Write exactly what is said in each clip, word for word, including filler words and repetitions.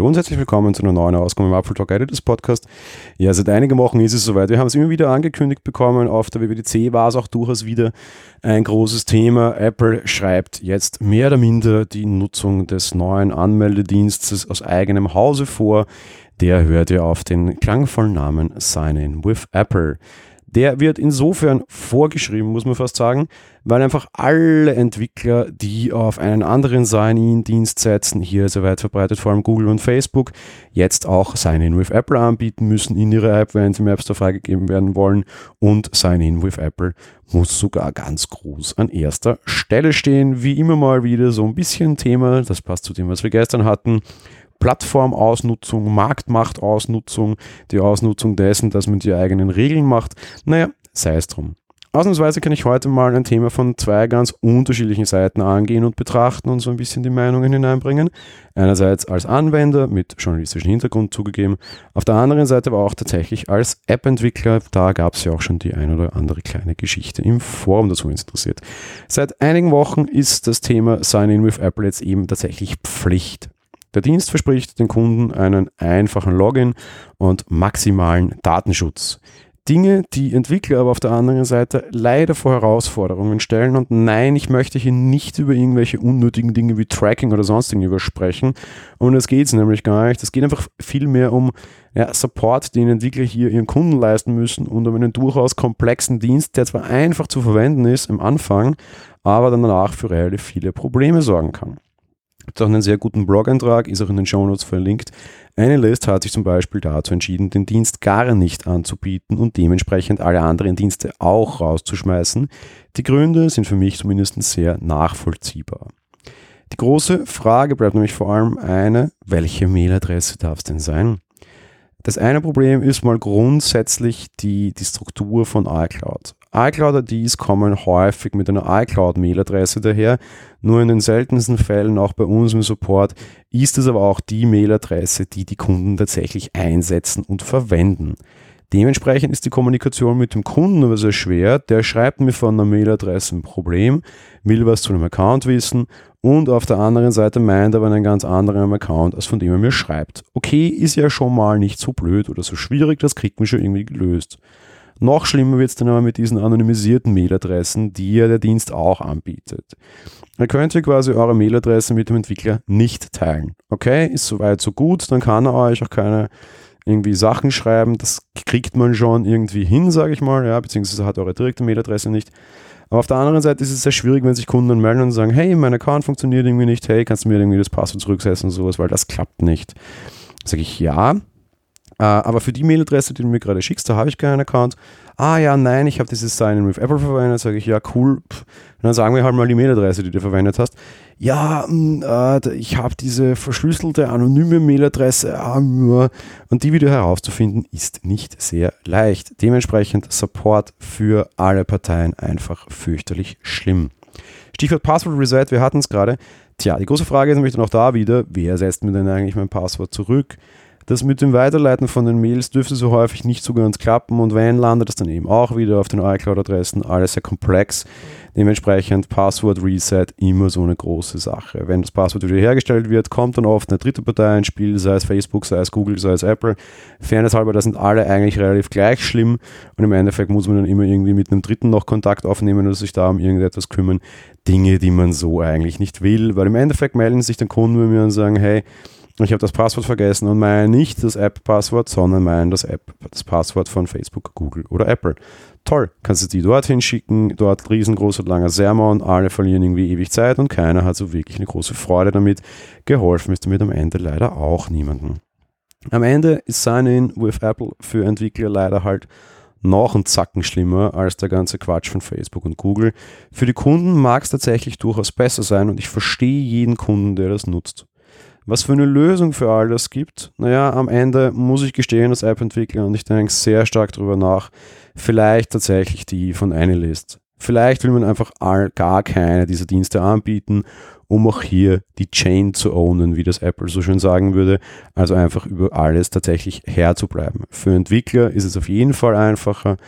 Hallo und herzlich willkommen zu einer neuen Ausgabe im Apfel Talk Editors Podcast. Ja, seit einigen Wochen ist es soweit. Wir haben es immer wieder angekündigt bekommen. Auf der W W D C war es auch durchaus wieder ein großes Thema. Apple schreibt jetzt mehr oder minder die Nutzung des neuen Anmeldedienstes aus eigenem Hause vor. Der hört ja auf den klangvollen Namen Sign In with Apple. Der wird insofern vorgeschrieben, muss man fast sagen, weil einfach alle Entwickler, die auf einen anderen Sign-In-Dienst setzen, hier sehr weit verbreitet, vor allem Google und Facebook, jetzt auch Sign-In with Apple anbieten müssen in ihrer App, wenn sie im App Store freigegeben werden wollen. Und Sign-In with Apple muss sogar ganz groß an erster Stelle stehen. Wie immer mal wieder so ein bisschen Thema, das passt zu dem, was wir gestern hatten. Plattformausnutzung, Marktmachtausnutzung, die Ausnutzung dessen, dass man die eigenen Regeln macht. Naja, sei es drum. Ausnahmsweise kann ich heute mal ein Thema von zwei ganz unterschiedlichen Seiten angehen und betrachten und so ein bisschen die Meinungen hineinbringen. Einerseits als Anwender mit journalistischem Hintergrund zugegeben, auf der anderen Seite aber auch tatsächlich als App-Entwickler. Da gab es ja auch schon die ein oder andere kleine Geschichte im Forum dazu interessiert. Seit einigen Wochen ist das Thema Sign-In with Apple jetzt eben tatsächlich Pflicht. Der Dienst verspricht den Kunden einen einfachen Login und maximalen Datenschutz. Dinge, die Entwickler aber auf der anderen Seite leider vor Herausforderungen stellen. Und nein, ich möchte hier nicht über irgendwelche unnötigen Dinge wie Tracking oder sonstigen sprechen. Und das geht es nämlich gar nicht. Es geht einfach viel mehr um ja, Support, den Entwickler hier ihren Kunden leisten müssen und um einen durchaus komplexen Dienst, der zwar einfach zu verwenden ist im Anfang, aber dann danach für relativ viele Probleme sorgen kann. Gibt auch einen sehr guten Blog-Eintrag, ist auch in den Shownotes verlinkt. AnyList hat sich zum Beispiel dazu entschieden, den Dienst gar nicht anzubieten und dementsprechend alle anderen Dienste auch rauszuschmeißen. Die Gründe sind für mich zumindest sehr nachvollziehbar. Die große Frage bleibt nämlich vor allem eine, welche Mailadresse darf es denn sein? Das eine Problem ist mal grundsätzlich die, die Struktur von iCloud. iCloud-I Ds kommen häufig mit einer iCloud-Mailadresse daher, nur in den seltensten Fällen, auch bei uns im Support, ist es aber auch die Mailadresse, die die Kunden tatsächlich einsetzen und verwenden. Dementsprechend ist die Kommunikation mit dem Kunden aber sehr schwer. Der schreibt mir von einer Mailadresse ein Problem, will was zu einem Account wissen und auf der anderen Seite meint aber einen ganz anderen Account, als von dem er mir schreibt. Okay, ist ja schon mal nicht so blöd oder so schwierig, das kriegt man schon irgendwie gelöst. Noch schlimmer wird es dann aber mit diesen anonymisierten Mailadressen, die ja der Dienst auch anbietet. Ihr könnt hier quasi eure Mailadresse mit dem Entwickler nicht teilen. Okay, ist soweit so gut, dann kann er euch auch keine irgendwie Sachen schreiben, das kriegt man schon irgendwie hin, sage ich mal, ja, beziehungsweise hat eure direkte Mailadresse nicht. Aber auf der anderen Seite ist es sehr schwierig, wenn sich Kunden dann melden und sagen, hey, mein Account funktioniert irgendwie nicht, hey, kannst du mir irgendwie das Passwort zurücksetzen und sowas, weil das klappt nicht. Sage ich, ja, Uh, aber für die Mailadresse, die du mir gerade schickst, da habe ich keinen Account. Ah ja, nein, ich habe dieses Sign-In with Apple verwendet. Sage ich, ja, cool. Pff. Dann sagen wir halt mal die Mailadresse, die du verwendet hast. Ja, mh, äh, ich habe diese verschlüsselte, anonyme Mailadresse. Äh, und die wieder herauszufinden, ist nicht sehr leicht. Dementsprechend Support für alle Parteien einfach fürchterlich schlimm. Stichwort Passwort Reset, wir hatten es gerade. Tja, die große Frage ist nämlich dann auch da wieder, wer setzt mir denn eigentlich mein Passwort zurück? Das mit dem Weiterleiten von den Mails dürfte so häufig nicht so ganz klappen und wenn, landet es dann eben auch wieder auf den iCloud-Adressen, alles sehr komplex. Dementsprechend Passwort Reset immer so eine große Sache. Wenn das Passwort wiederhergestellt wird, kommt dann oft eine dritte Partei ins Spiel, sei es Facebook, sei es Google, sei es Apple. Fairness halber, das sind alle eigentlich relativ gleich schlimm und im Endeffekt muss man dann immer irgendwie mit einem Dritten noch Kontakt aufnehmen oder sich da um irgendetwas kümmern. Dinge, die man so eigentlich nicht will, weil im Endeffekt melden sich dann Kunden bei mir und sagen, hey, ich habe das Passwort vergessen und meine nicht das App-Passwort, sondern meine das App, das Passwort von Facebook, Google oder Apple. Toll, kannst du die dorthin schicken, dort riesengroßer langer Sermon, alle verlieren irgendwie ewig Zeit und keiner hat so wirklich eine große Freude damit. Geholfen ist damit am Ende leider auch niemandem. Am Ende ist Sign-In with Apple für Entwickler leider halt noch ein Zacken schlimmer als der ganze Quatsch von Facebook und Google. Für die Kunden mag es tatsächlich durchaus besser sein und ich verstehe jeden Kunden, der das nutzt. Was für eine Lösung für all das gibt? Naja, am Ende muss ich gestehen als App-Entwickler und ich denke sehr stark darüber nach, vielleicht tatsächlich die von AnyList. Vielleicht will man einfach all, gar keine dieser Dienste anbieten, um auch hier die Chain zu ownen, wie das Apple so schön sagen würde, also einfach über alles tatsächlich Herr zu bleiben. Für Entwickler ist es auf jeden Fall einfacher.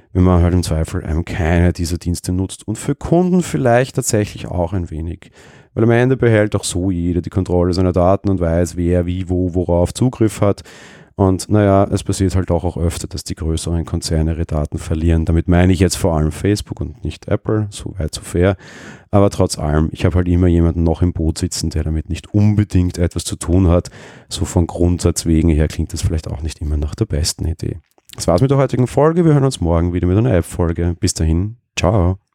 wenn man halt im Zweifel ähm, keine dieser Dienste nutzt. Und für Kunden vielleicht tatsächlich auch ein wenig. Weil am Ende behält auch so jeder die Kontrolle seiner Daten und weiß, wer, wie, wo, worauf Zugriff hat. Und naja, es passiert halt auch, auch öfter, dass die größeren Konzerne ihre Daten verlieren. Damit meine ich jetzt vor allem Facebook und nicht Apple, so weit, so fair. Aber trotz allem, ich habe halt immer jemanden noch im Boot sitzen, der damit nicht unbedingt etwas zu tun hat. So von Grundsatz wegen her klingt das vielleicht auch nicht immer nach der besten Idee. Das war's mit der heutigen Folge. Wir hören uns morgen wieder mit einer App-Folge. Bis dahin, ciao.